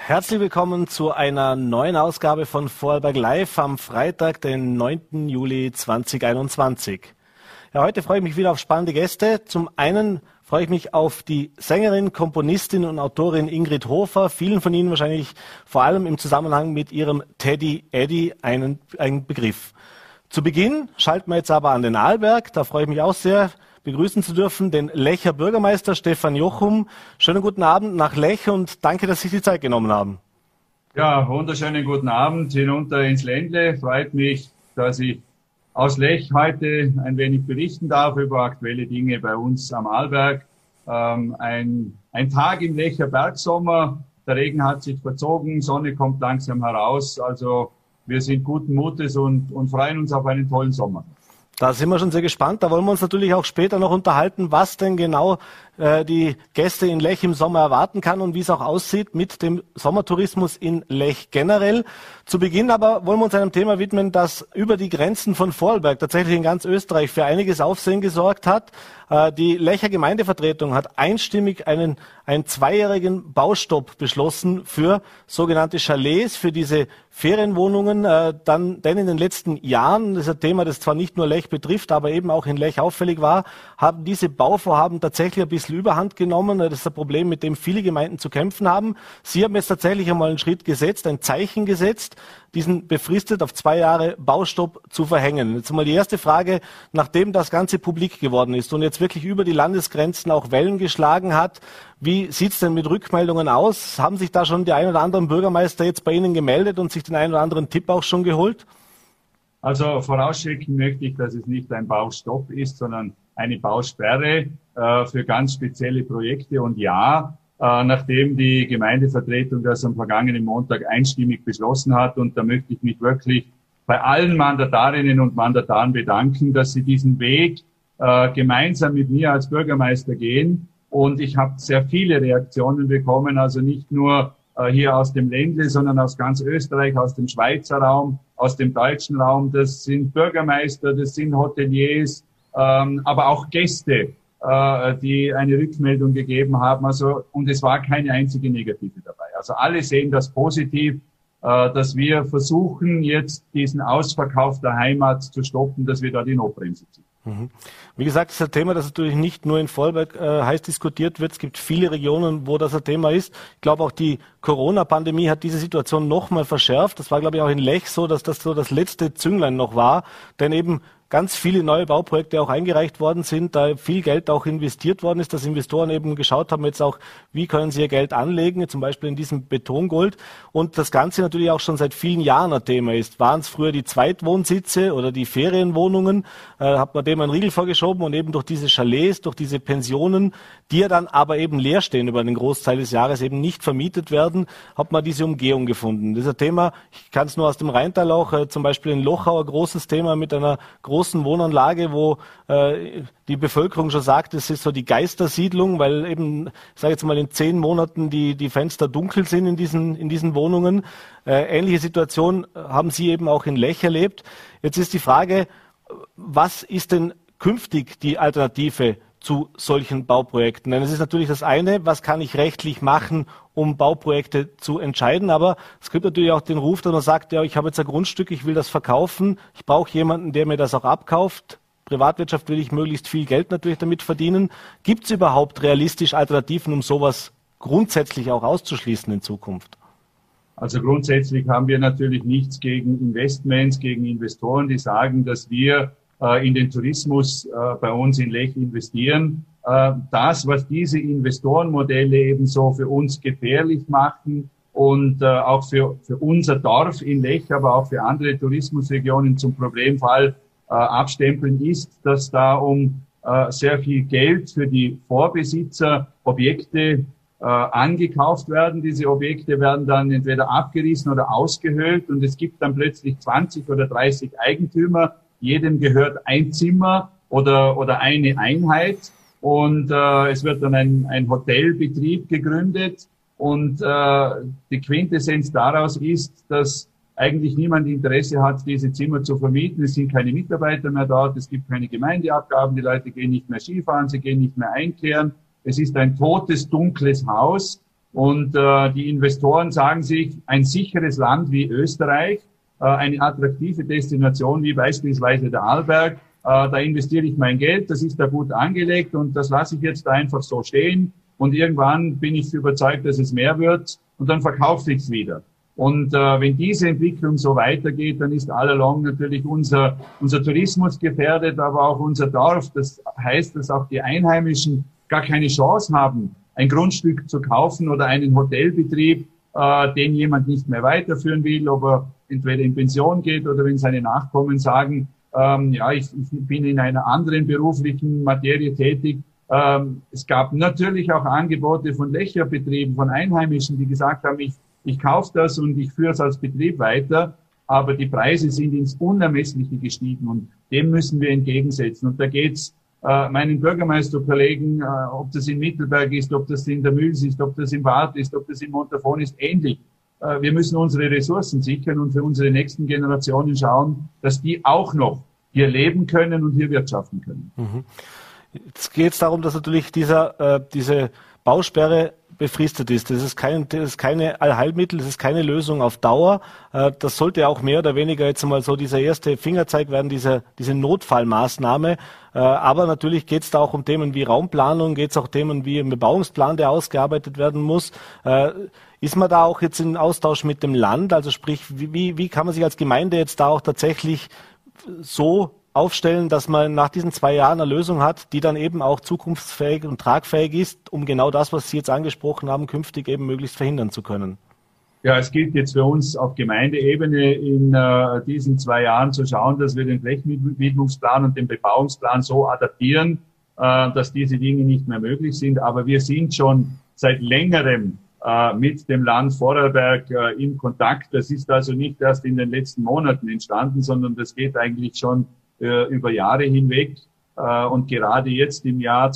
Herzlich willkommen zu einer neuen Ausgabe von Vorarlberg Live am Freitag, den 9. Juli 2021. Ja, heute freue ich mich wieder auf spannende Gäste. Zum einen freue ich mich auf die Sängerin, Komponistin und Autorin Ingrid Hofer. Vielen von Ihnen wahrscheinlich vor allem im Zusammenhang mit ihrem Teddy Eddie ein Begriff. Zu Beginn schalten wir jetzt aber an den Arlberg. Da freue ich mich auch sehr, begrüßen zu dürfen den Lecher Bürgermeister Stefan Jochum. Schönen guten Abend nach Lech und danke, dass Sie sich die Zeit genommen haben. Ja, wunderschönen guten Abend hinunter ins Ländle. Freut mich, dass ich aus Lech heute ein wenig berichten darf über aktuelle Dinge bei uns am Arlberg. Ein Tag im Lecher Bergsommer. Der Regen hat sich verzogen, Sonne kommt langsam heraus. Also wir sind guten Mutes und freuen uns auf einen tollen Sommer. Da sind wir schon sehr gespannt. Da wollen wir uns natürlich auch später noch unterhalten, was denn genau die Gäste in Lech im Sommer erwarten kann und wie es auch aussieht mit dem Sommertourismus in Lech generell. Zu Beginn aber wollen wir uns einem Thema widmen, das über die Grenzen von Vorarlberg tatsächlich in ganz Österreich für einiges Aufsehen gesorgt hat. Die Lecher Gemeindevertretung hat einstimmig einen zweijährigen Baustopp beschlossen für sogenannte Chalets, für diese Ferienwohnungen. Denn in den letzten Jahren, das ist ein Thema, das zwar nicht nur Lech betrifft, aber eben auch in Lech auffällig war, haben diese Bauvorhaben tatsächlich ein bisschen Überhand genommen. Das ist ein Problem, mit dem viele Gemeinden zu kämpfen haben. Sie haben jetzt tatsächlich einmal einen Schritt gesetzt, ein Zeichen gesetzt, diesen befristet auf 2 Jahre Baustopp zu verhängen. Jetzt mal die erste Frage, nachdem das Ganze publik geworden ist und jetzt wirklich über die Landesgrenzen auch Wellen geschlagen hat, wie sieht's denn mit Rückmeldungen aus? Haben sich da schon die ein oder anderen Bürgermeister jetzt bei Ihnen gemeldet und sich den einen oder anderen Tipp auch schon geholt? Also vorausschicken möchte ich, dass es nicht ein Baustopp ist, sondern eine Bausperre für ganz spezielle Projekte. Und ja, nachdem die Gemeindevertretung das am vergangenen Montag einstimmig beschlossen hat, und da möchte ich mich wirklich bei allen Mandatarinnen und Mandataren bedanken, dass sie diesen Weg gemeinsam mit mir als Bürgermeister gehen. Und ich habe sehr viele Reaktionen bekommen, also nicht nur hier aus dem Ländle, sondern aus ganz Österreich, aus dem Schweizer Raum, aus dem deutschen Raum. Das sind Bürgermeister, das sind Hoteliers, aber auch Gäste, die eine Rückmeldung gegeben haben. Also, und es war keine einzige negative dabei. Also alle sehen das positiv, dass wir versuchen, jetzt diesen Ausverkauf der Heimat zu stoppen, dass wir da die Notbremse ziehen. Wie gesagt, das ist ein Thema, das natürlich nicht nur in Vorarlberg heiß diskutiert wird. Es gibt viele Regionen, wo das ein Thema ist. Ich glaube, auch die Corona-Pandemie hat diese Situation nochmal verschärft. Das war, glaube ich, auch in Lech so, dass das so das letzte Zünglein noch war. Denn eben ganz viele neue Bauprojekte auch eingereicht worden sind, da viel Geld auch investiert worden ist, dass Investoren eben geschaut haben jetzt auch, wie können sie ihr Geld anlegen, zum Beispiel in diesem Betongold. Und das Ganze natürlich auch schon seit vielen Jahren ein Thema ist. Waren es früher die Zweitwohnsitze oder die Ferienwohnungen, hat man dem einen Riegel vorgeschoben und eben durch diese Chalets, durch diese Pensionen, die ja dann aber eben leer stehen über den Großteil des Jahres, eben nicht vermietet werden, hat man diese Umgehung gefunden. Das ist ein Thema, ich kann es nur aus dem Rheintal auch, zum Beispiel in Lochau, ein großes Thema mit einer großen Wohnanlage, wo die Bevölkerung schon sagt, es ist so die Geistersiedlung, weil eben, ich sage jetzt mal, in 10 Monaten die Fenster dunkel sind in diesen Wohnungen. Ähnliche Situation haben Sie eben auch in Lech erlebt. Jetzt ist die Frage, was ist denn künftig die Alternative zu solchen Bauprojekten? Denn es ist natürlich das eine, was kann ich rechtlich machen, um Bauprojekte zu entscheiden, aber es gibt natürlich auch den Ruf, dass man sagt, ja, ich habe jetzt ein Grundstück, ich will das verkaufen, ich brauche jemanden, der mir das auch abkauft. Privatwirtschaft will ich möglichst viel Geld natürlich damit verdienen. Gibt es überhaupt realistisch Alternativen, um sowas grundsätzlich auch auszuschließen in Zukunft? Also grundsätzlich haben wir natürlich nichts gegen Investments, gegen Investoren, die sagen, dass wir in den Tourismus bei uns in Lech investieren. Das, was diese Investorenmodelle eben so für uns gefährlich machen und auch für unser Dorf in Lech, aber auch für andere Tourismusregionen zum Problemfall abstempeln, ist, dass da um sehr viel Geld für die Vorbesitzer Objekte angekauft werden. Diese Objekte werden dann entweder abgerissen oder ausgehöhlt und es gibt dann plötzlich 20 oder 30 Eigentümer. Jedem gehört ein Zimmer oder eine Einheit und es wird dann ein Hotelbetrieb gegründet und die Quintessenz daraus ist, dass eigentlich niemand Interesse hat, diese Zimmer zu vermieten. Es sind keine Mitarbeiter mehr dort, es gibt keine Gemeindeabgaben, die Leute gehen nicht mehr Skifahren, sie gehen nicht mehr einkehren. Es ist ein totes, dunkles Haus Und die Investoren sagen sich, ein sicheres Land wie Österreich, eine attraktive Destination wie beispielsweise der Arlberg, da investiere ich mein Geld, das ist da gut angelegt und das lasse ich jetzt einfach so stehen. Und irgendwann bin ich überzeugt, dass es mehr wird und dann verkaufe ich es wieder. Und wenn diese Entwicklung so weitergeht, dann ist all along natürlich unser Tourismus gefährdet, aber auch unser Dorf. Das heißt, dass auch die Einheimischen gar keine Chance haben, ein Grundstück zu kaufen oder einen Hotelbetrieb, den jemand nicht mehr weiterführen will, ob er entweder in Pension geht oder wenn seine Nachkommen sagen, ja, ich bin in einer anderen beruflichen Materie tätig. Es gab natürlich auch Angebote von Lächerbetrieben, von Einheimischen, die gesagt haben, ich kaufe das und ich führe es als Betrieb weiter, aber die Preise sind ins Unermessliche gestiegen und dem müssen wir entgegensetzen. Und da geht's meinen Bürgermeisterkollegen, ob das in Mittelberg ist, ob das in der Mühls ist, ob das im Waadt ist, ob das in Montafon ist, ähnlich. Wir müssen unsere Ressourcen sichern und für unsere nächsten Generationen schauen, dass die auch noch hier leben können und hier wirtschaften können. Jetzt geht es darum, dass natürlich diese Bausperre befristet ist. Das ist keine Allheilmittel, das ist keine Lösung auf Dauer. Das sollte auch mehr oder weniger jetzt einmal so dieser erste Fingerzeig werden, diese Notfallmaßnahme. Aber natürlich geht es da auch um Themen wie Raumplanung, geht es auch Themen wie ein Bebauungsplan, der ausgearbeitet werden muss. Ist man da auch jetzt in Austausch mit dem Land? Also sprich, wie kann man sich als Gemeinde jetzt da auch tatsächlich so aufstellen, dass man nach diesen 2 Jahren eine Lösung hat, die dann eben auch zukunftsfähig und tragfähig ist, um genau das, was Sie jetzt angesprochen haben, künftig eben möglichst verhindern zu können? Ja, es gilt jetzt für uns auf Gemeindeebene in diesen 2 Jahren zu schauen, dass wir den Flächenwidmungsplan und den Bebauungsplan so adaptieren, dass diese Dinge nicht mehr möglich sind. Aber wir sind schon seit längerem mit dem Land Vorarlberg in Kontakt. Das ist also nicht erst in den letzten Monaten entstanden, sondern das geht eigentlich schon über Jahre hinweg. Und gerade jetzt im Jahr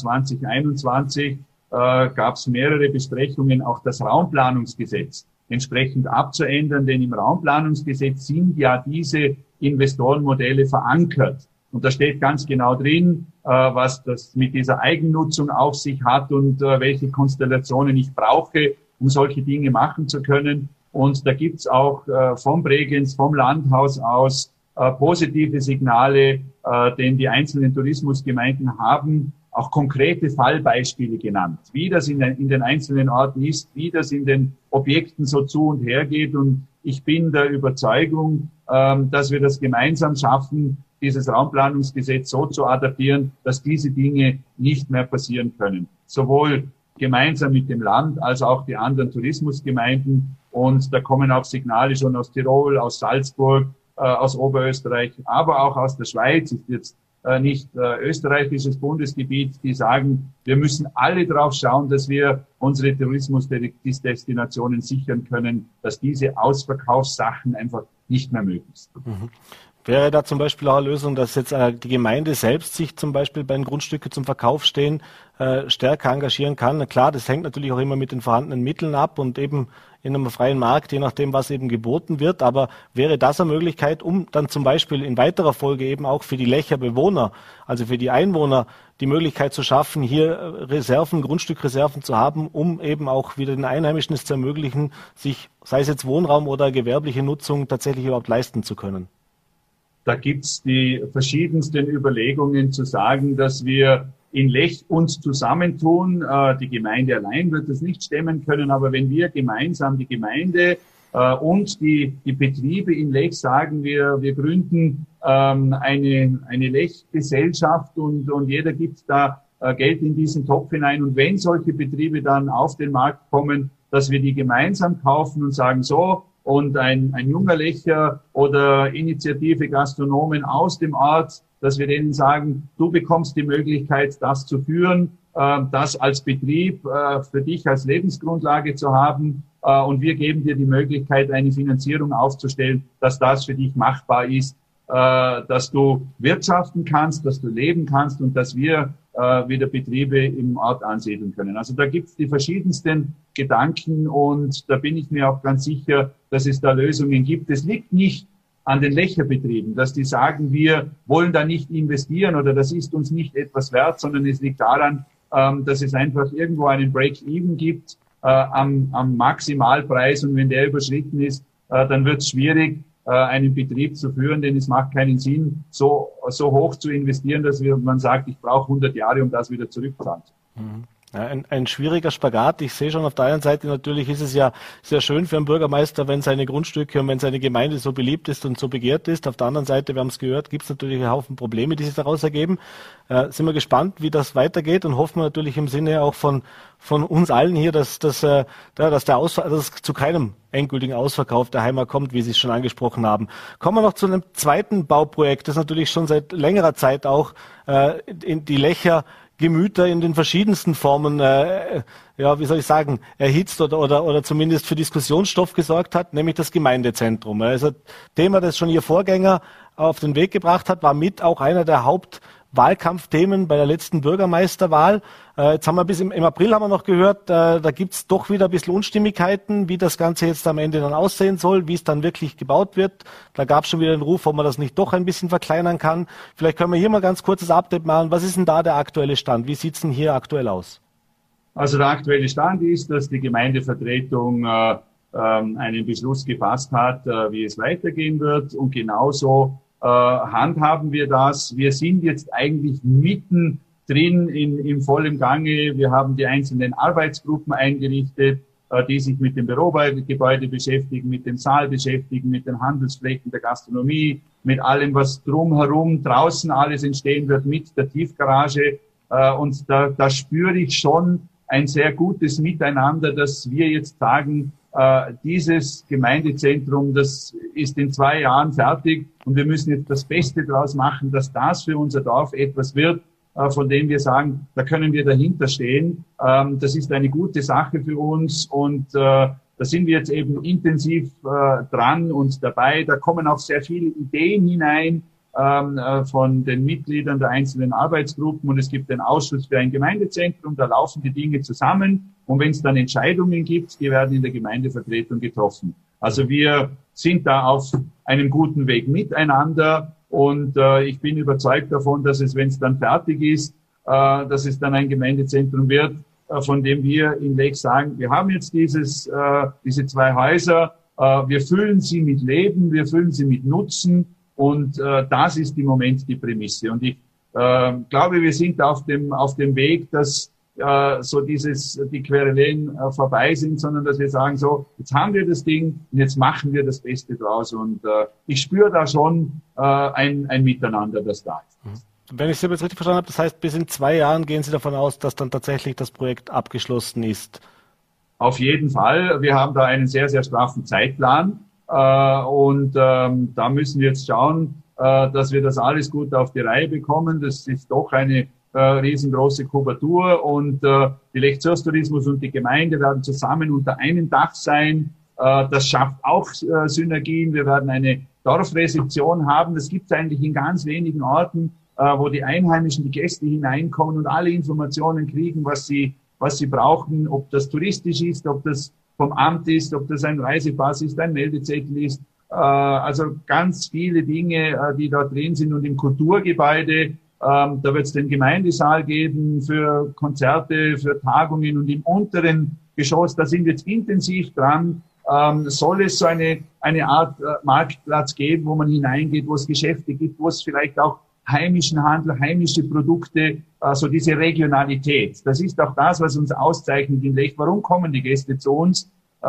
2021 gab es mehrere Besprechungen, auch das Raumplanungsgesetz entsprechend abzuändern, denn im Raumplanungsgesetz sind ja diese Investorenmodelle verankert. Und da steht ganz genau drin, was das mit dieser Eigennutzung auf sich hat und welche Konstellationen ich brauche, um solche Dinge machen zu können. Und da gibt's auch vom Bregenz, vom Landhaus aus positive Signale, denn die einzelnen Tourismusgemeinden haben auch konkrete Fallbeispiele genannt, wie das in den einzelnen Orten ist, wie das in den Objekten so zu und her geht. Und ich bin der Überzeugung, dass wir das gemeinsam schaffen, dieses Raumplanungsgesetz so zu adaptieren, dass diese Dinge nicht mehr passieren können. Sowohl gemeinsam mit dem Land als auch die anderen Tourismusgemeinden. Und da kommen auch Signale schon aus Tirol, aus Salzburg, aus Oberösterreich, aber auch aus der Schweiz, ist jetzt nicht österreichisches Bundesgebiet, die sagen, wir müssen alle drauf schauen, dass wir unsere Tourismusdestinationen sichern können, dass diese Ausverkaufssachen einfach nicht mehr möglich sind. Wäre da zum Beispiel auch eine Lösung, dass jetzt die Gemeinde selbst sich zum Beispiel bei den Grundstücken zum Verkauf stehen, stärker engagieren kann? Na klar, das hängt natürlich auch immer mit den vorhandenen Mitteln ab und eben in einem freien Markt, je nachdem, was eben geboten wird. Aber wäre das eine Möglichkeit, um dann zum Beispiel in weiterer Folge eben auch für die Lächerbewohner, also für die Einwohner, die Möglichkeit zu schaffen, hier Grundstückreserven zu haben, um eben auch wieder den Einheimischen es zu ermöglichen, sich, sei es jetzt Wohnraum oder gewerbliche Nutzung, tatsächlich überhaupt leisten zu können? Da gibt's die verschiedensten Überlegungen zu sagen, dass wir in Lech uns zusammentun. Die Gemeinde allein wird das nicht stemmen können, aber wenn wir gemeinsam, die Gemeinde und die Betriebe in Lech sagen, wir gründen eine Lech-Gesellschaft und jeder gibt da Geld in diesen Topf hinein. Und wenn solche Betriebe dann auf den Markt kommen, dass wir die gemeinsam kaufen und sagen, so, und ein junger Lecher oder Initiative Gastronomen aus dem Ort, dass wir denen sagen, du bekommst die Möglichkeit, das zu führen, das als Betrieb für dich als Lebensgrundlage zu haben, und wir geben dir die Möglichkeit, eine Finanzierung aufzustellen, dass das für dich machbar ist, dass du wirtschaften kannst, dass du leben kannst und dass wir wieder Betriebe im Ort ansiedeln können. Also da gibt's die verschiedensten Gedanken und da bin ich mir auch ganz sicher, dass es da Lösungen gibt. Es liegt nicht an den Lächerbetrieben, dass die sagen, wir wollen da nicht investieren oder das ist uns nicht etwas wert, sondern es liegt daran, dass es einfach irgendwo einen Break-Even gibt am Maximalpreis, und wenn der überschritten ist, dann wird es schwierig, einen Betrieb zu führen, denn es macht keinen Sinn, so hoch zu investieren, dass man sagt, ich brauche 100 Jahre, um das wieder zurückzahlen zu können. Ja, ein schwieriger Spagat. Ich sehe schon, auf der einen Seite natürlich ist es ja sehr schön für einen Bürgermeister, wenn seine Grundstücke und wenn seine Gemeinde so beliebt ist und so begehrt ist. Auf der anderen Seite, wir haben es gehört, gibt es natürlich einen Haufen Probleme, die sich daraus ergeben. Sind wir gespannt, wie das weitergeht, und hoffen wir natürlich im Sinne auch von uns allen hier, dass es zu keinem endgültigen Ausverkauf der Heimat kommt, wie Sie es schon angesprochen haben. Kommen wir noch zu einem zweiten Bauprojekt, das natürlich schon seit längerer Zeit auch in die Gemüter in den verschiedensten Formen, erhitzt oder zumindest für Diskussionsstoff gesorgt hat, nämlich das Gemeindezentrum. Also ein Thema, das schon Ihr Vorgänger auf den Weg gebracht hat, war mit auch einer der Hauptwahlkampfthemen bei der letzten Bürgermeisterwahl. Jetzt haben wir im April haben wir noch gehört, da gibt's doch wieder ein bisschen Unstimmigkeiten, wie das Ganze jetzt am Ende dann aussehen soll, wie es dann wirklich gebaut wird. Da gab's schon wieder einen Ruf, ob man das nicht doch ein bisschen verkleinern kann. Vielleicht können wir hier mal ganz kurzes Update machen. Was ist denn da der aktuelle Stand? Wie sieht's denn hier aktuell aus? Also der aktuelle Stand ist, dass die Gemeindevertretung einen Beschluss gefasst hat, wie es weitergehen wird, und genauso handhaben wir das. Wir sind jetzt eigentlich mitten drin im vollen Gange. Wir haben die einzelnen Arbeitsgruppen eingerichtet, die sich mit dem Bürogebäude beschäftigen, mit dem Saal beschäftigen, mit den Handelsflächen der Gastronomie, mit allem, was drumherum draußen alles entstehen wird, mit der Tiefgarage. Und da spüre ich schon ein sehr gutes Miteinander, dass wir jetzt sagen, dieses Gemeindezentrum, das ist in 2 Jahren fertig, und wir müssen jetzt das Beste daraus machen, dass das für unser Dorf etwas wird, von dem wir sagen, da können wir dahinter stehen. Das ist eine gute Sache für uns, und da sind wir jetzt eben intensiv dran und dabei. Da kommen auch sehr viele Ideen hinein von den Mitgliedern der einzelnen Arbeitsgruppen, und es gibt den Ausschuss für ein Gemeindezentrum, da laufen die Dinge zusammen, und wenn es dann Entscheidungen gibt, die werden in der Gemeindevertretung getroffen. Also wir sind da auf einem guten Weg miteinander, und ich bin überzeugt davon, dass es, wenn es dann fertig ist, dass es dann ein Gemeindezentrum wird, von dem wir in Lech sagen, wir haben jetzt diese 2 Häuser, wir füllen sie mit Leben, wir füllen sie mit Nutzen, und das ist im Moment die Prämisse. Und ich glaube, wir sind auf dem Weg, dass die Querelen vorbei sind, sondern dass wir sagen, so, jetzt haben wir das Ding und jetzt machen wir das Beste draus. Und ich spüre da schon ein Miteinander, das da ist. Wenn ich Sie jetzt richtig verstanden habe, das heißt, bis in 2 Jahren gehen Sie davon aus, dass dann tatsächlich das Projekt abgeschlossen ist? Auf jeden Fall. Wir haben da einen sehr, sehr straffen Zeitplan. Und da müssen wir jetzt schauen, dass wir das alles gut auf die Reihe bekommen. Das ist doch eine riesengroße Kubatur, und die Lech Zürs Tourismus und die Gemeinde werden zusammen unter einem Dach sein. Das schafft auch Synergien. Wir werden eine Dorfrezeption haben. Das gibt es eigentlich in ganz wenigen Orten, wo die Einheimischen, die Gäste hineinkommen und alle Informationen kriegen, was sie brauchen, ob das touristisch ist, ob das vom Amt ist, ob das ein Reisepass ist, ein Meldezettel ist. Also ganz viele Dinge, die da drin sind. Und im Kulturgebäude, da wird es den Gemeindesaal geben für Konzerte, für Tagungen, und im unteren Geschoss, da sind wir jetzt intensiv dran, soll es so eine Art Marktplatz geben, wo man hineingeht, wo es Geschäfte gibt, wo es vielleicht auch heimischen Handel, heimische Produkte, so diese Regionalität. Das ist auch das, was uns auszeichnet in Lech. Warum kommen die Gäste zu uns?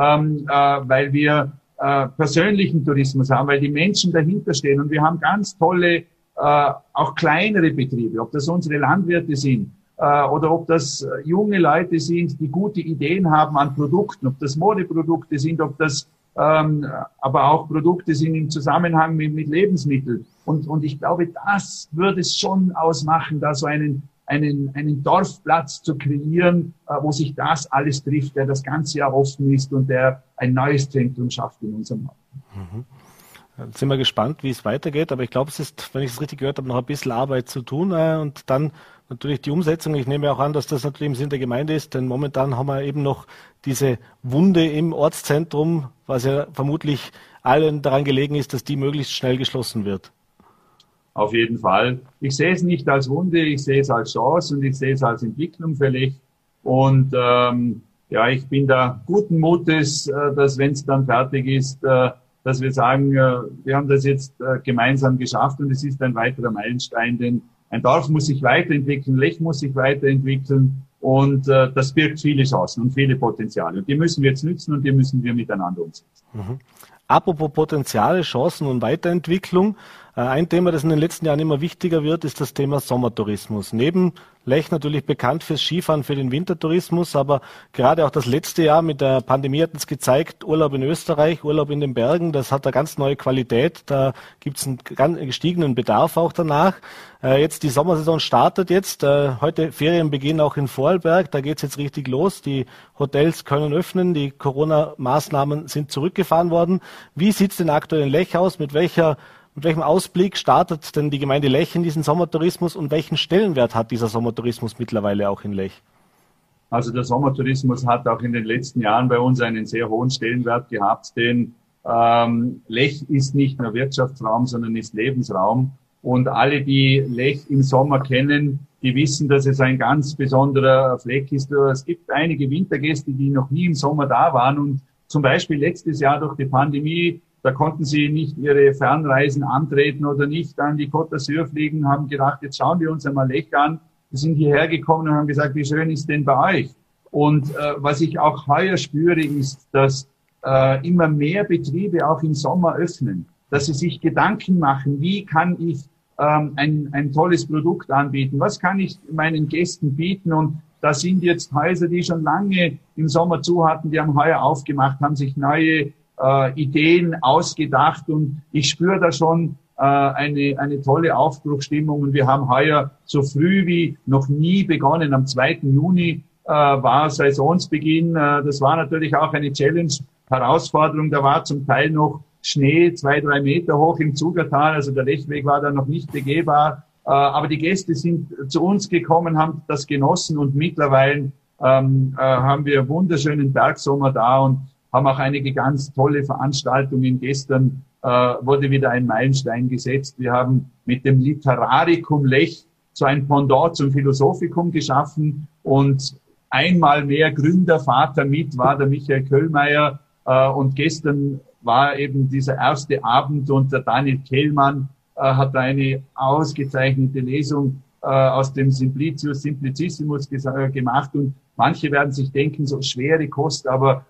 Weil wir persönlichen Tourismus haben, weil die Menschen dahinter stehen, und wir haben ganz tolle auch kleinere Betriebe, ob das unsere Landwirte sind oder ob das junge Leute sind, die gute Ideen haben an Produkten, ob das Modeprodukte sind, ob das aber auch Produkte sind im Zusammenhang mit Lebensmitteln. Und ich glaube, das würde es schon ausmachen, da so einen Dorfplatz zu kreieren, wo sich das alles trifft, der das ganze Jahr offen ist und der ein neues Zentrum schafft in unserem Ort. Mhm. Jetzt sind wir gespannt, wie es weitergeht, aber ich glaube, es ist, wenn ich es richtig gehört habe, noch ein bisschen Arbeit zu tun, und dann natürlich die Umsetzung. Ich nehme auch an, dass das natürlich im Sinn der Gemeinde ist, denn momentan haben wir eben noch diese Wunde im Ortszentrum, was ja vermutlich allen daran gelegen ist, dass die möglichst schnell geschlossen wird. Auf jeden Fall. Ich sehe es nicht als Wunde, ich sehe es als Chance und ich sehe es als Entwicklung für Lech. Und ja, ich bin da guten Mutes, dass wenn es dann fertig ist, dass wir sagen, wir haben das jetzt gemeinsam geschafft und es ist ein weiterer Meilenstein, denn ein Dorf muss sich weiterentwickeln, Lech muss sich weiterentwickeln und das birgt viele Chancen und viele Potenziale. Und die müssen wir jetzt nützen und die müssen wir miteinander umsetzen. Mhm. Apropos Potenziale, Chancen und Weiterentwicklung. Ein Thema, das in den letzten Jahren immer wichtiger wird, ist das Thema Sommertourismus. Neben Lech natürlich bekannt fürs Skifahren, für den Wintertourismus, aber gerade auch das letzte Jahr mit der Pandemie hat uns gezeigt, Urlaub in Österreich, Urlaub in den Bergen, das hat eine ganz neue Qualität. Da gibt es einen gestiegenen Bedarf auch danach. Jetzt die Sommersaison startet jetzt. Heute Ferienbeginn auch in Vorarlberg. Da geht es jetzt richtig los. Die Hotels können öffnen. Die Corona-Maßnahmen sind zurückgefahren worden. Wie sieht es denn aktuell in Lech aus? Mit welchem Ausblick startet denn die Gemeinde Lech in diesen Sommertourismus und welchen Stellenwert hat dieser Sommertourismus mittlerweile auch in Lech? Also der Sommertourismus hat auch in den letzten Jahren bei uns einen sehr hohen Stellenwert gehabt, denn Lech ist nicht nur Wirtschaftsraum, sondern ist Lebensraum. Und alle, die Lech im Sommer kennen, die wissen, dass es ein ganz besonderer Fleck ist. Es gibt einige Wintergäste, die noch nie im Sommer da waren und zum Beispiel letztes Jahr durch die Pandemie, da konnten sie nicht ihre Fernreisen antreten oder nicht an die Côte d'Azur fliegen, haben gedacht, jetzt schauen wir uns einmal Lech an. Wir sind hierher gekommen und haben gesagt, wie schön ist denn bei euch? Und was ich auch heuer spüre, ist, dass immer mehr Betriebe auch im Sommer öffnen, dass sie sich Gedanken machen, wie kann ich ein tolles Produkt anbieten, was kann ich meinen Gästen bieten. Und da sind jetzt Häuser, die schon lange im Sommer zu hatten, die haben heuer aufgemacht, haben sich neue Ideen ausgedacht und ich spüre da schon eine tolle Aufbruchsstimmung und wir haben heuer so früh wie noch nie begonnen. Am 2. Juni war Saisonsbeginn. Das war natürlich auch eine Challenge, Herausforderung. Da war zum Teil noch Schnee 2-3 Meter hoch im Zugertal, also der Lechweg war da noch nicht begehbar. Aber die Gäste sind zu uns gekommen, haben das genossen und mittlerweile haben wir wunderschönen Bergsommer da und haben auch einige ganz tolle Veranstaltungen. Gestern wurde wieder ein Meilenstein gesetzt. Wir haben mit dem Literaricum Lech so ein Pendant zum Philosophikum geschaffen und einmal mehr Gründervater mit war der Michael Köhlmeier und gestern war eben dieser erste Abend und der Daniel Kehlmann hat eine ausgezeichnete Lesung aus dem Simplicissimus gemacht und manche werden sich denken, so schwere Kost, aber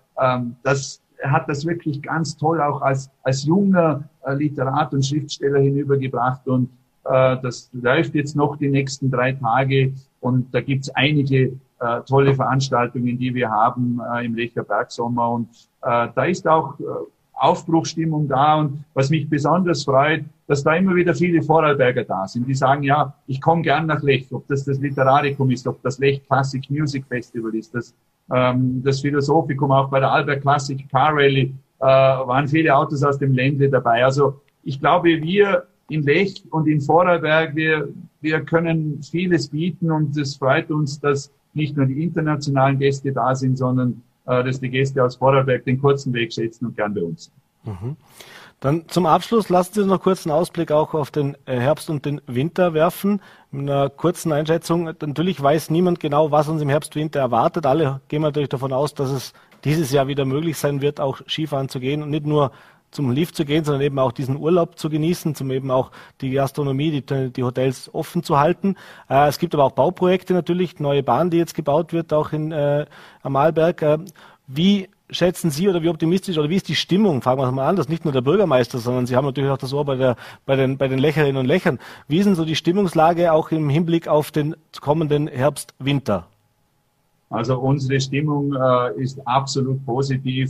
er hat das wirklich ganz toll auch als junger Literat und Schriftsteller hinübergebracht und das läuft jetzt noch die nächsten 3 Tage und da gibt's einige tolle Veranstaltungen, die wir haben im Lecher Bergsommer und da ist auch Aufbruchsstimmung da und was mich besonders freut, dass da immer wieder viele Vorarlberger da sind, die sagen, ja, ich komme gern nach Lech, ob das Literaricum ist, ob das Lech Classic Music Festival ist, das Philosophikum, auch bei der Albert Classic Car Rally waren viele Autos aus dem Ländle dabei. Also ich glaube, wir in Lech und in Vorarlberg, wir können vieles bieten und es freut uns, dass nicht nur die internationalen Gäste da sind, sondern dass die Gäste aus Vorarlberg den kurzen Weg schätzen und gern bei uns sind. Mhm. Dann zum Abschluss lassen Sie uns noch kurz einen Ausblick auch auf den Herbst und den Winter werfen. Mit einer kurzen Einschätzung. Natürlich weiß niemand genau, was uns im Herbst, Winter erwartet. Alle gehen natürlich davon aus, dass es dieses Jahr wieder möglich sein wird, auch Skifahren zu gehen und nicht nur zum Lift zu gehen, sondern eben auch diesen Urlaub zu genießen, zum eben auch die Gastronomie, die Hotels offen zu halten. Es gibt aber auch Bauprojekte natürlich, neue Bahn, die jetzt gebaut wird, auch am Arlberg. Wie schätzen Sie oder wie optimistisch oder wie ist die Stimmung? Fragen wir es mal an, das ist nicht nur der Bürgermeister, sondern Sie haben natürlich auch das Ohr bei den Lecherinnen und Lechern. Wie ist denn so die Stimmungslage auch im Hinblick auf den kommenden Herbst, Winter? Also unsere Stimmung ist absolut positiv.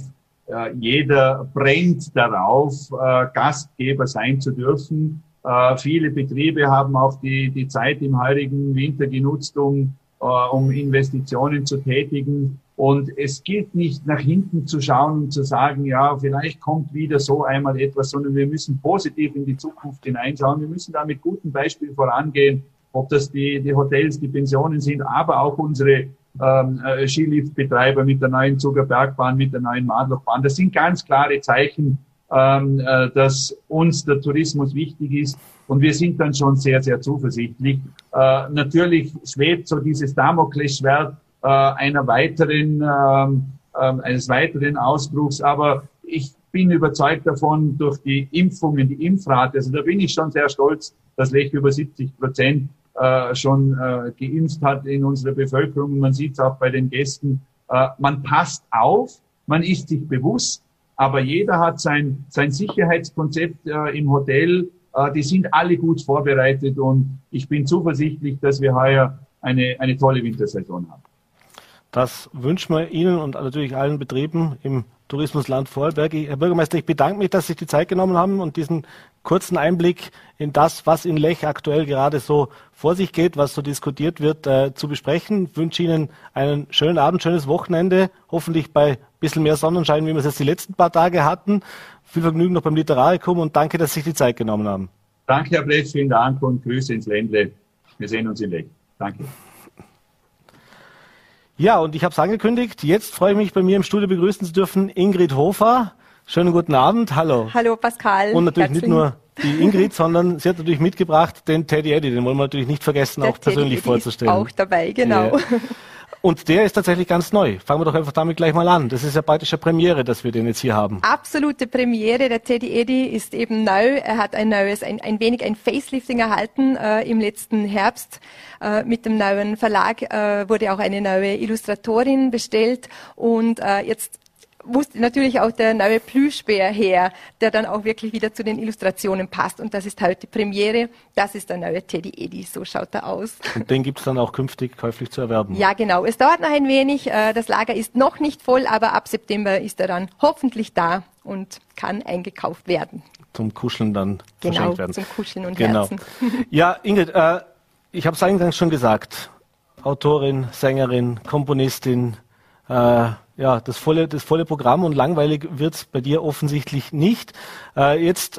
Jeder brennt darauf, Gastgeber sein zu dürfen. Viele Betriebe haben auch die Zeit im heurigen Winter genutzt, um Investitionen zu tätigen. Und es gilt nicht nach hinten zu schauen und zu sagen, ja, vielleicht kommt wieder so einmal etwas, sondern wir müssen positiv in die Zukunft hineinschauen. Wir müssen da mit gutem Beispiel vorangehen, ob das die Hotels, die Pensionen sind, aber auch unsere Skiliftbetreiber mit der neuen Zuger Bergbahn, mit der neuen Madlochbahn. Das sind ganz klare Zeichen, dass uns der Tourismus wichtig ist. Und wir sind dann schon sehr, sehr zuversichtlich. Natürlich schwebt so dieses Damoklesschwert eines weiteren Ausbruchs. Aber ich bin überzeugt davon, durch die Impfungen, die Impfrate, also da bin ich schon sehr stolz, dass Lech über 70% schon geimpft hat in unserer Bevölkerung. Man sieht es auch bei den Gästen. Man passt auf, man ist sich bewusst, aber jeder hat sein Sicherheitskonzept im Hotel. Die sind alle gut vorbereitet und ich bin zuversichtlich, dass wir heuer eine tolle Wintersaison haben. Das wünschen wir Ihnen und natürlich allen Betrieben im Tourismusland Vorarlberg. Herr Bürgermeister, ich bedanke mich, dass Sie sich die Zeit genommen haben und diesen kurzen Einblick in das, was in Lech aktuell gerade so vor sich geht, was so diskutiert wird, zu besprechen. Ich wünsche Ihnen einen schönen Abend, schönes Wochenende, hoffentlich bei ein bisschen mehr Sonnenschein, wie wir es jetzt die letzten paar Tage hatten. Viel Vergnügen noch beim Literarikum und danke, dass Sie sich die Zeit genommen haben. Danke, Herr Bretz, vielen Dank und Grüße ins Ländle. Wir sehen uns in Lech. Danke. Ja, und ich habe es angekündigt, jetzt freue ich mich, bei mir im Studio begrüßen zu dürfen Ingrid Hofer. Schönen guten Abend, hallo. Hallo Pascal. Und natürlich nicht nur die Ingrid, sondern sie hat natürlich mitgebracht den Teddy Eddy, den wollen wir natürlich nicht vergessen, auch persönlich vorzustellen. Ist auch dabei, genau. Ja. Und der ist tatsächlich ganz neu. Fangen wir doch einfach damit gleich mal an. Das ist ja praktisch eine Premiere, dass wir den jetzt hier haben. Absolute Premiere. Der Teddy Eddy ist eben neu. Er hat ein wenig ein Facelifting erhalten im letzten Herbst. Mit dem neuen Verlag wurde auch eine neue Illustratorin bestellt und jetzt musste natürlich auch der neue Plüschbär her, der dann auch wirklich wieder zu den Illustrationen passt. Und das ist heute Premiere. Das ist der neue Teddy Eddy. So schaut er aus. Und den gibt es dann auch künftig käuflich zu erwerben? Ja, genau. Es dauert noch ein wenig. Das Lager ist noch nicht voll, aber ab September ist er dann hoffentlich da und kann eingekauft werden. Zum Kuscheln dann verschenkt werden. Genau, zum Kuscheln und Herzen. Ja, Ingrid, ich habe es eingangs schon gesagt. Autorin, Sängerin, Komponistin, ja, das volle Programm und langweilig wird's bei dir offensichtlich nicht. Jetzt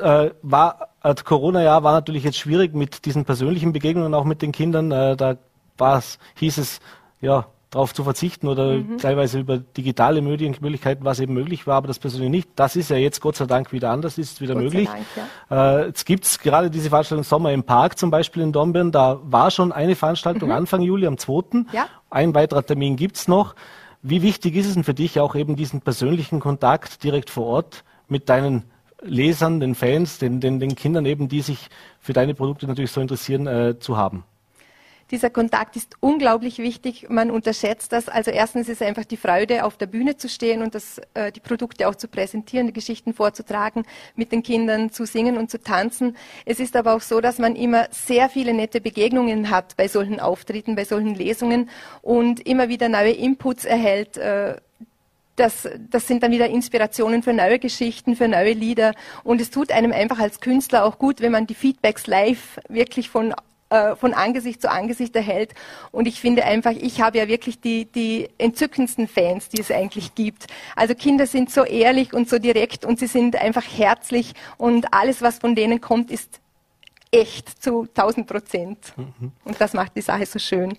das Corona-Jahr war natürlich jetzt schwierig mit diesen persönlichen Begegnungen, auch mit den Kindern. Da hieß es, ja, darauf zu verzichten oder teilweise über digitale Möglichkeiten, was eben möglich war, aber das persönlich nicht. Das ist ja jetzt Gott sei Dank wieder anders, ist wieder möglich. Gott sei Dank, ja. Jetzt gibt's gerade diese Veranstaltung Sommer im Park zum Beispiel in Dornbirn. Da war schon eine Veranstaltung Anfang Juli am 2. Ja. Ein weiterer Termin gibt's noch. Wie wichtig ist es denn für dich auch eben diesen persönlichen Kontakt direkt vor Ort mit deinen Lesern, den Fans, den Kindern eben, die sich für deine Produkte natürlich so interessieren, zu haben? Dieser Kontakt ist unglaublich wichtig. Man unterschätzt das. Also erstens ist einfach die Freude, auf der Bühne zu stehen und die Produkte auch zu präsentieren, die Geschichten vorzutragen, mit den Kindern zu singen und zu tanzen. Es ist aber auch so, dass man immer sehr viele nette Begegnungen hat bei solchen Auftritten, bei solchen Lesungen und immer wieder neue Inputs erhält. Das sind dann wieder Inspirationen für neue Geschichten, für neue Lieder. Und es tut einem einfach als Künstler auch gut, wenn man die Feedbacks live wirklich von Angesicht zu Angesicht erhält. Und ich finde einfach, ich habe ja wirklich die entzückendsten Fans, die es eigentlich gibt. Also Kinder sind so ehrlich und so direkt und sie sind einfach herzlich und alles, was von denen kommt, ist echt zu 1000%. Und das macht die Sache so schön.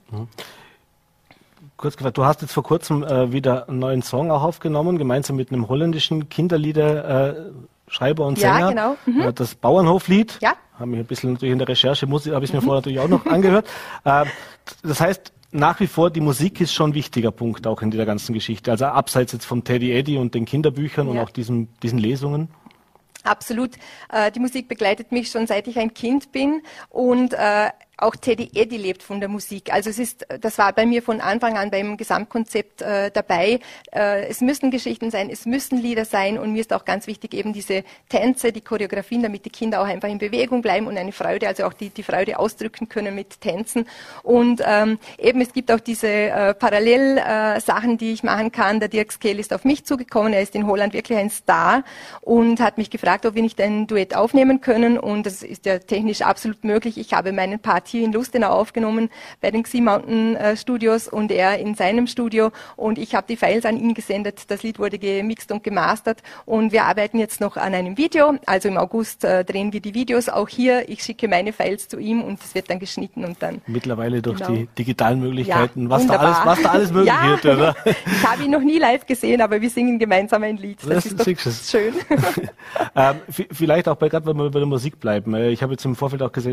Kurz gefragt, du hast jetzt vor kurzem wieder einen neuen Song auch aufgenommen, gemeinsam mit einem holländischen Kinderliederschreiber und Sänger. Ja, genau. Das Bauernhoflied. Ja. Haben wir ein bisschen natürlich in der Recherche, habe ich es mir vorher natürlich auch noch angehört. Das heißt, nach wie vor, die Musik ist schon ein wichtiger Punkt auch in dieser ganzen Geschichte. Also abseits jetzt vom Teddy Eddy und den Kinderbüchern und auch diesen Lesungen. Absolut. Die Musik begleitet mich schon seit ich ein Kind bin und auch Teddy Eddy lebt von der Musik. Also das war bei mir von Anfang an beim Gesamtkonzept dabei. Es müssen Geschichten sein, es müssen Lieder sein und mir ist auch ganz wichtig eben diese Tänze, die Choreografien, damit die Kinder auch einfach in Bewegung bleiben und eine Freude, also auch die Freude ausdrücken können mit Tänzen. Und eben es gibt auch diese Parallelsachen, die ich machen kann. Der Dirk Scale ist auf mich zugekommen, er ist in Holland wirklich ein Star und hat mich gefragt, ob wir nicht ein Duett aufnehmen können und das ist ja technisch absolut möglich. Ich habe meinen Part hier in Lustenau aufgenommen bei den Xi Mountain Studios und er in seinem Studio und ich habe die Files an ihn gesendet. Das Lied wurde gemixt und gemastert und wir arbeiten jetzt noch an einem Video. Also im August drehen wir die Videos auch hier. Ich schicke meine Files zu ihm und es wird dann geschnitten und dann. Mittlerweile durch die digitalen Möglichkeiten, ja, was da alles möglich wird, oder? Ich habe ihn noch nie live gesehen, aber wir singen gemeinsam ein Lied. Das ist doch schön. Vielleicht auch gerade, wenn wir bei der Musik bleiben. Ich habe jetzt im Vorfeld auch gesehen,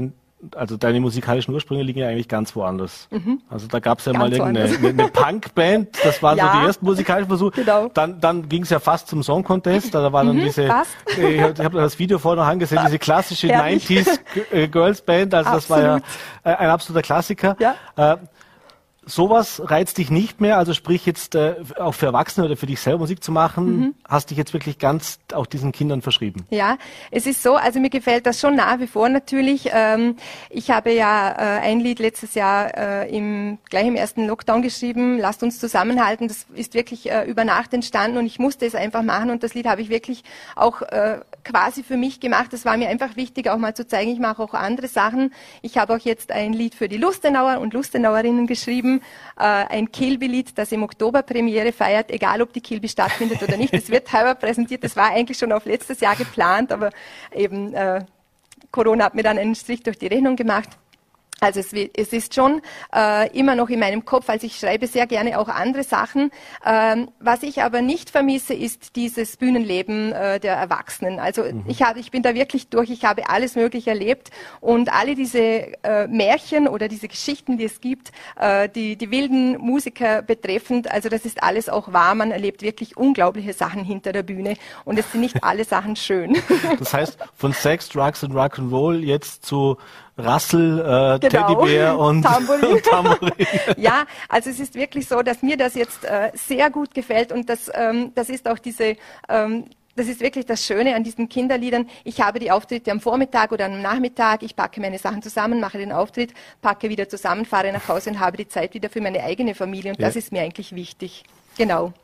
also deine musikalischen Ursprünge liegen ja eigentlich ganz woanders. Also da gab es ja mal eine Punkband, das waren so die ersten musikalischen Versuche. Genau. Dann ging es ja fast zum Song Contest, da waren dann diese, ich habe das Video vorher noch angesehen, diese klassische 90s Girls Band, also das war ja ein absoluter Klassiker. Ja. Sowas reizt dich nicht mehr, also sprich jetzt auch für Erwachsene oder für dich selber Musik zu machen, hast dich jetzt wirklich ganz auch diesen Kindern verschrieben? Ja, es ist so, also mir gefällt das schon nach wie vor natürlich. Ich habe ja ein Lied letztes Jahr gleich im ersten Lockdown geschrieben, Lasst uns zusammenhalten. Das ist wirklich über Nacht entstanden und ich musste es einfach machen und das Lied habe ich wirklich auch quasi für mich gemacht. Das war mir einfach wichtig, auch mal zu zeigen, ich mache auch andere Sachen. Ich habe auch jetzt ein Lied für die Lustenauer und Lustenauerinnen geschrieben, ein Kilby-Lied, das im Oktober Premiere feiert, egal ob die Kilby stattfindet oder nicht. Es wird heuer präsentiert, das war eigentlich schon auf letztes Jahr geplant, aber eben Corona hat mir dann einen Strich durch die Rechnung gemacht. Also es ist schon immer noch in meinem Kopf, also ich schreibe sehr gerne auch andere Sachen. Was ich aber nicht vermisse, ist dieses Bühnenleben der Erwachsenen. Also ich bin da wirklich durch, ich habe alles Mögliche erlebt und alle diese Märchen oder diese Geschichten, die es gibt, die wilden Musiker betreffend, also das ist alles auch wahr. Man erlebt wirklich unglaubliche Sachen hinter der Bühne und es sind nicht alle Sachen schön. Das heißt, von Sex, Drugs und Rock'n'Roll jetzt zu Rassel, Teddybär und Tambourin. Ja, also es ist wirklich so, dass mir das jetzt sehr gut gefällt und das ist auch das ist wirklich das Schöne an diesen Kinderliedern. Ich habe die Auftritte am Vormittag oder am Nachmittag. Ich packe meine Sachen zusammen, mache den Auftritt, packe wieder zusammen, fahre nach Hause und habe die Zeit wieder für meine eigene Familie. Und das ist mir eigentlich wichtig. Genau.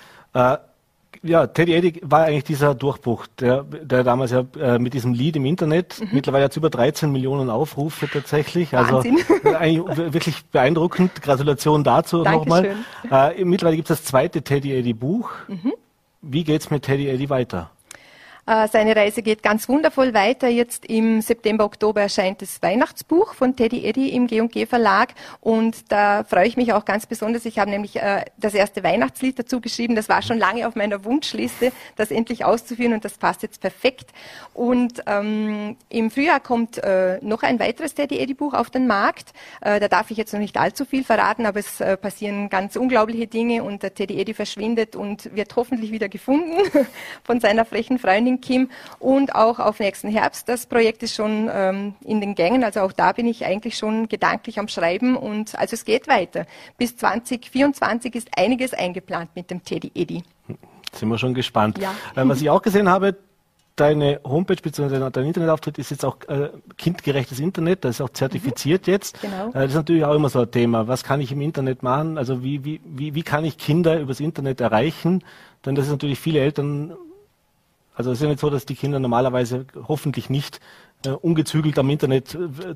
Ja, Teddy Eddy war eigentlich dieser Durchbruch, der damals ja mit diesem Lied im Internet, mittlerweile hat es über 13 Millionen Aufrufe tatsächlich. Wahnsinn. Also eigentlich wirklich beeindruckend. Gratulation dazu nochmal. Mittlerweile gibt es das zweite Teddy Eddy Buch. Wie geht's mit Teddy Eddy weiter? Seine Reise geht ganz wundervoll weiter. Jetzt im September, Oktober erscheint das Weihnachtsbuch von Teddy Eddy im G&G Verlag und da freue ich mich auch ganz besonders. Ich habe nämlich das erste Weihnachtslied dazu geschrieben. Das war schon lange auf meiner Wunschliste, das endlich auszuführen und das passt jetzt perfekt. Und im Frühjahr kommt noch ein weiteres Teddy Eddy Buch auf den Markt. Da darf ich jetzt noch nicht allzu viel verraten, aber es passieren ganz unglaubliche Dinge und der Teddy Eddy verschwindet und wird hoffentlich wieder gefunden von seiner frechen Freundin Kim und auch auf nächsten Herbst. Das Projekt ist schon in den Gängen, also auch da bin ich eigentlich schon gedanklich am Schreiben und also es geht weiter. Bis 2024 ist einiges eingeplant mit dem Teddy Eddy. Sind wir schon gespannt. Ja. Was ich auch gesehen habe, deine Homepage bzw. dein Internetauftritt ist jetzt auch kindgerechtes Internet, das ist auch zertifiziert jetzt. Genau. Das ist natürlich auch immer so ein Thema. Was kann ich im Internet machen? Also wie kann ich Kinder übers Internet erreichen? Denn das ist natürlich viele Eltern. Also es ist ja nicht so, dass die Kinder normalerweise hoffentlich nicht ungezügelt am Internet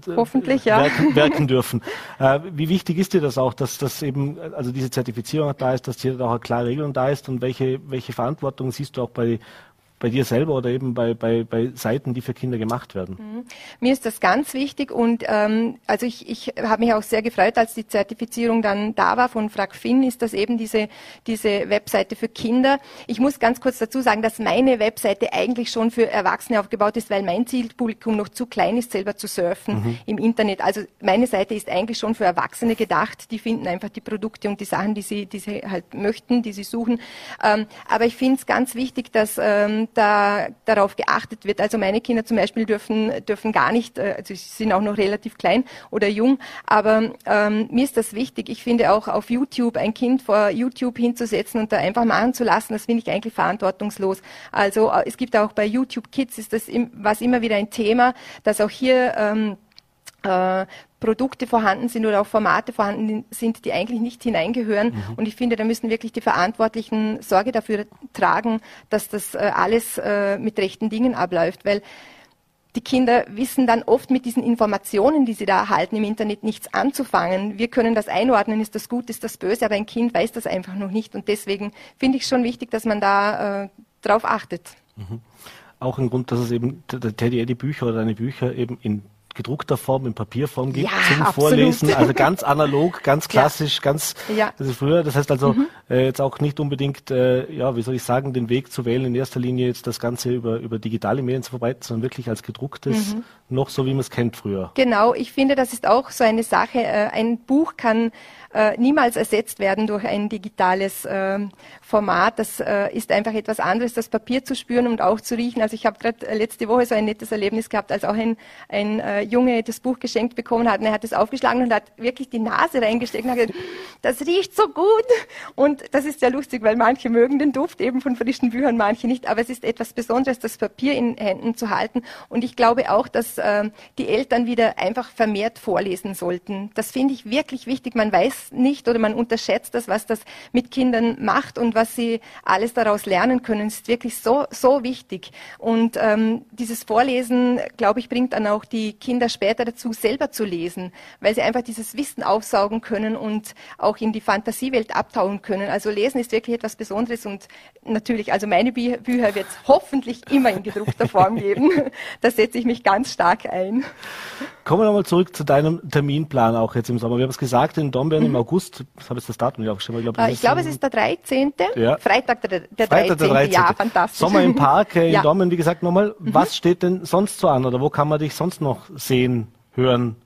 werken dürfen. Wie wichtig ist dir das auch, dass das eben, also diese Zertifizierung da ist, dass hier auch eine klare Regelung da ist und welche Verantwortung siehst du auch bei dir selber oder eben bei Seiten, die für Kinder gemacht werden? Mir ist das ganz wichtig und also ich habe mich auch sehr gefreut, als die Zertifizierung dann da war von Frag Finn, ist das eben diese Webseite für Kinder. Ich muss ganz kurz dazu sagen, dass meine Webseite eigentlich schon für Erwachsene aufgebaut ist, weil mein Zielpublikum noch zu klein ist, selber zu surfen im Internet. Also meine Seite ist eigentlich schon für Erwachsene gedacht. Die finden einfach die Produkte und die Sachen, die sie halt möchten, die sie suchen. Aber ich finde es ganz wichtig, dass da darauf geachtet wird. Also meine Kinder zum Beispiel dürfen gar nicht, also sie sind auch noch relativ klein oder jung, aber mir ist das wichtig. Ich finde auch auf YouTube ein Kind vor YouTube hinzusetzen und da einfach machen zu lassen, das finde ich eigentlich verantwortungslos. Also es gibt auch bei YouTube Kids, ist das was immer wieder ein Thema, dass auch hier Produkte vorhanden sind oder auch Formate vorhanden sind, die eigentlich nicht hineingehören. Und ich finde, da müssen wirklich die Verantwortlichen Sorge dafür tragen, dass das alles mit rechten Dingen abläuft, weil die Kinder wissen dann oft mit diesen Informationen, die sie da erhalten im Internet, nichts anzufangen. Wir können das einordnen, ist das gut, ist das böse, aber ein Kind weiß das einfach noch nicht. Und deswegen finde ich schon wichtig, dass man da drauf achtet. Auch ein Grund, dass es eben Teddy Eddy Bücher oder deine Bücher eben in gedruckter Form, in Papierform gibt Ja, zum absolut. Vorlesen. Also ganz analog, ganz klassisch, ganz das ist früher. Das heißt also jetzt auch nicht unbedingt, wie soll ich sagen, den Weg zu wählen, in erster Linie jetzt das Ganze über digitale Medien zu verbreiten, sondern wirklich als gedrucktes, noch so wie man es kennt früher. Genau, ich finde, das ist auch so eine Sache. Ein Buch kann niemals ersetzt werden durch ein digitales Format. Das ist einfach etwas anderes, das Papier zu spüren und auch zu riechen. Also ich habe gerade letzte Woche so ein nettes Erlebnis gehabt, als auch ein Junge das Buch geschenkt bekommen hat. Und er hat es aufgeschlagen und hat wirklich die Nase reingesteckt und hat gesagt, das riecht so gut. Und das ist ja lustig, weil manche mögen den Duft eben von frischen Büchern, manche nicht. Aber es ist etwas Besonderes, das Papier in Händen zu halten. Und ich glaube auch, dass die Eltern wieder einfach vermehrt vorlesen sollten. Das finde ich wirklich wichtig. Man weiß nicht oder man unterschätzt das, was das mit Kindern macht und was sie alles daraus lernen können. Es ist wirklich so wichtig. Und dieses Vorlesen, glaube ich, bringt dann auch die Kinder später dazu, selber zu lesen, weil sie einfach dieses Wissen aufsaugen können und auch in die Fantasiewelt abtauchen können. Also Lesen ist wirklich etwas Besonderes und natürlich, also meine Bücher wird es hoffentlich immer in gedruckter Form geben. Da setze ich mich ganz stark ein. Kommen wir nochmal zurück zu deinem Terminplan auch jetzt im Sommer. Wir haben es gesagt, in Dombeeren im August, ich habe jetzt das Datum nicht aufgeschrieben. Ich glaube, es ist der 13. Ja. Freitag der 13. Ja, fantastisch. Sommer im Park in Dommen, wie gesagt, nochmal. Was steht denn sonst so an oder wo kann man dich sonst noch sehen, hören?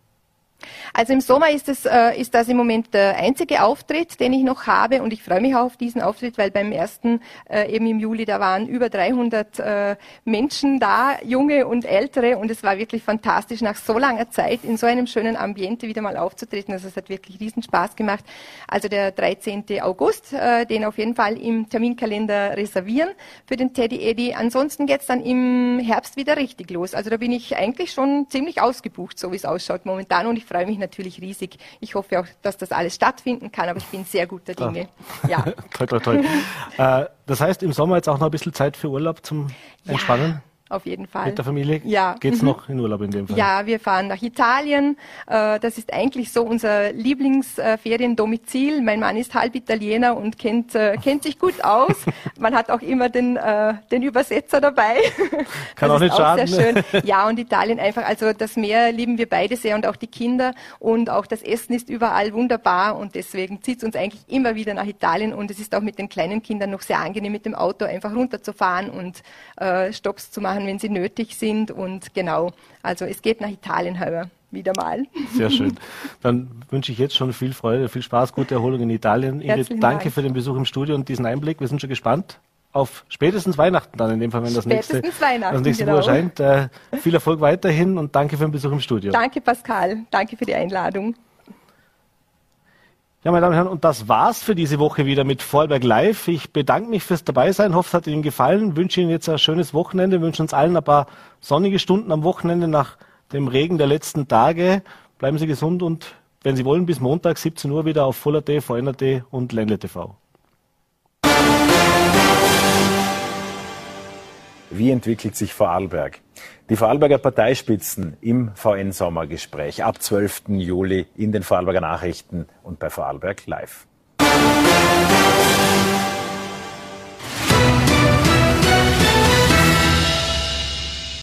Also im Sommer ist das im Moment der einzige Auftritt, den ich noch habe und ich freue mich auch auf diesen Auftritt, weil beim ersten eben im Juli, da waren über 300 Menschen da, junge und ältere und es war wirklich fantastisch, nach so langer Zeit in so einem schönen Ambiente wieder mal aufzutreten. Also es hat wirklich riesen Spaß gemacht. Also der 13. August, den auf jeden Fall im Terminkalender reservieren für den Teddy Eddy. Ansonsten geht's dann im Herbst wieder richtig los. Also da bin ich eigentlich schon ziemlich ausgebucht, so wie es ausschaut momentan und ich freue mich natürlich riesig. Ich hoffe auch, dass das alles stattfinden kann, aber ich bin sehr guter Dinge. Ja. Toll. Das heißt, im Sommer jetzt auch noch ein bisschen Zeit für Urlaub zum Entspannen? Auf jeden Fall. Mit der Familie? Ja. Geht's noch in Urlaub in dem Fall? Ja, wir fahren nach Italien. Das ist eigentlich so unser Lieblingsferiendomizil. Mein Mann ist halb Italiener und kennt sich gut aus. Man hat auch immer den Übersetzer dabei. Kann das auch nicht ist auch schaden. Sehr schön. Ja, und Italien einfach, also das Meer lieben wir beide sehr und auch die Kinder. Und auch das Essen ist überall wunderbar und deswegen zieht es uns eigentlich immer wieder nach Italien. Und es ist auch mit den kleinen Kindern noch sehr angenehm, mit dem Auto einfach runterzufahren und Stopps zu machen, wenn sie nötig sind und genau, also es geht nach Italien heuer wieder mal. Sehr schön. Dann wünsche ich jetzt schon viel Freude, viel Spaß, gute Erholung in Italien. Ingrid, danke für den Besuch im Studio und diesen Einblick. Wir sind schon gespannt auf spätestens Weihnachten dann in dem Fall, wenn das nächste Buch erscheint. Viel Erfolg weiterhin und danke für den Besuch im Studio. Danke Pascal, danke für die Einladung. Ja, meine Damen und Herren, und das war's für diese Woche wieder mit Vorarlberg Live. Ich bedanke mich fürs Dabeisein, hoffe, es hat Ihnen gefallen, wünsche Ihnen jetzt ein schönes Wochenende, wünsche uns allen ein paar sonnige Stunden am Wochenende nach dem Regen der letzten Tage. Bleiben Sie gesund und, wenn Sie wollen, bis Montag 17 Uhr wieder auf Voll.at, VN.at und Ländle TV. Wie entwickelt sich Vorarlberg? Die Vorarlberger Parteispitzen im VN-Sommergespräch ab 12. Juli in den Vorarlberger Nachrichten und bei Vorarlberg Live.